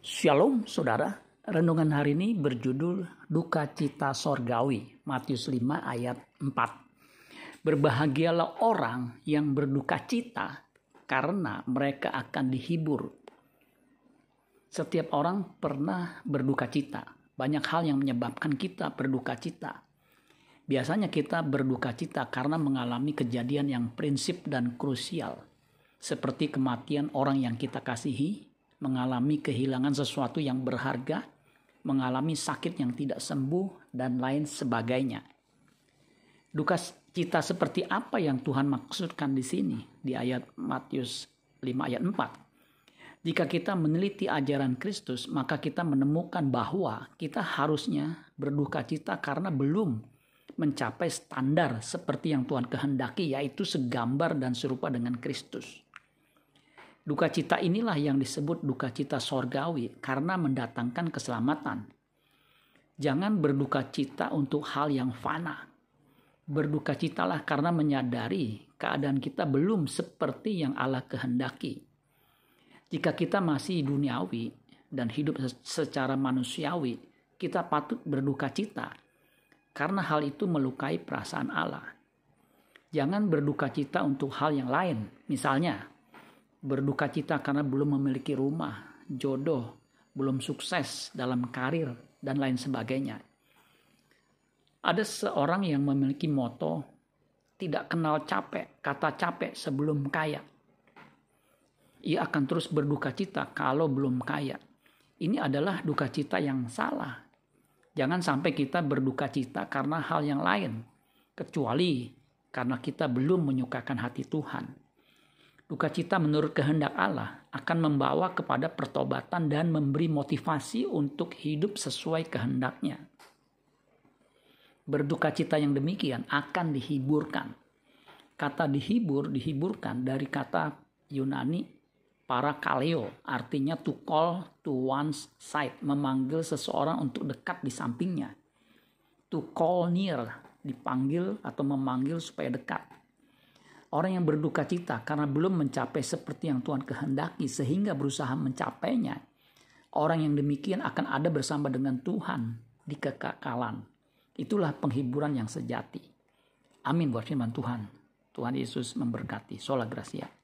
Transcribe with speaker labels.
Speaker 1: Shalom saudara, renungan hari ini berjudul Duka Cita Sorgawi, Matius 5 ayat 4. Berbahagialah orang yang berduka cita karena mereka akan dihibur. Setiap orang pernah berduka cita. Banyak hal yang menyebabkan kita berduka cita. Biasanya kita berduka cita karena mengalami kejadian yang prinsip dan krusial. Seperti kematian orang yang kita kasihi, mengalami kehilangan sesuatu yang berharga, mengalami sakit yang tidak sembuh, dan lain sebagainya. Duka cita seperti apa yang Tuhan maksudkan di sini di ayat Matius 5 ayat 4? Jika kita meneliti ajaran Kristus, maka kita menemukan bahwa kita harusnya berduka cita karena belum mencapai standar seperti yang Tuhan kehendaki, yaitu segambar dan serupa dengan Kristus. Duka cita inilah yang disebut duka cita sorgawi karena mendatangkan keselamatan. Jangan berduka cita untuk hal yang fana. Berduka citalah karena menyadari keadaan kita belum seperti yang Allah kehendaki. Jika kita masih duniawi dan hidup secara manusiawi, kita patut berduka cita karena hal itu melukai perasaan Allah. Jangan berduka cita untuk hal yang lain, misalnya berduka cita karena belum memiliki rumah, jodoh, belum sukses dalam karir, dan lain sebagainya. Ada seorang yang memiliki moto, tidak kenal capek, kata capek sebelum kaya. Ia akan terus berduka cita kalau belum kaya. Ini adalah duka cita yang salah. Jangan sampai kita berduka cita karena hal yang lain, kecuali karena kita belum menyukakan hati Tuhan. Duka cita menurut kehendak Allah akan membawa kepada pertobatan dan memberi motivasi untuk hidup sesuai kehendaknya. Berduka cita yang demikian akan dihiburkan. Kata dihiburkan dari kata Yunani parakaleo, artinya to call to one's side, memanggil seseorang untuk dekat di sampingnya. To call near, dipanggil atau memanggil supaya dekat. Orang yang berduka cita karena belum mencapai seperti yang Tuhan kehendaki sehingga berusaha mencapainya. Orang yang demikian akan ada bersama dengan Tuhan di kekekalan. Itulah penghiburan yang sejati. Amin buat firman Tuhan. Tuhan Yesus memberkati. Sola Gracia.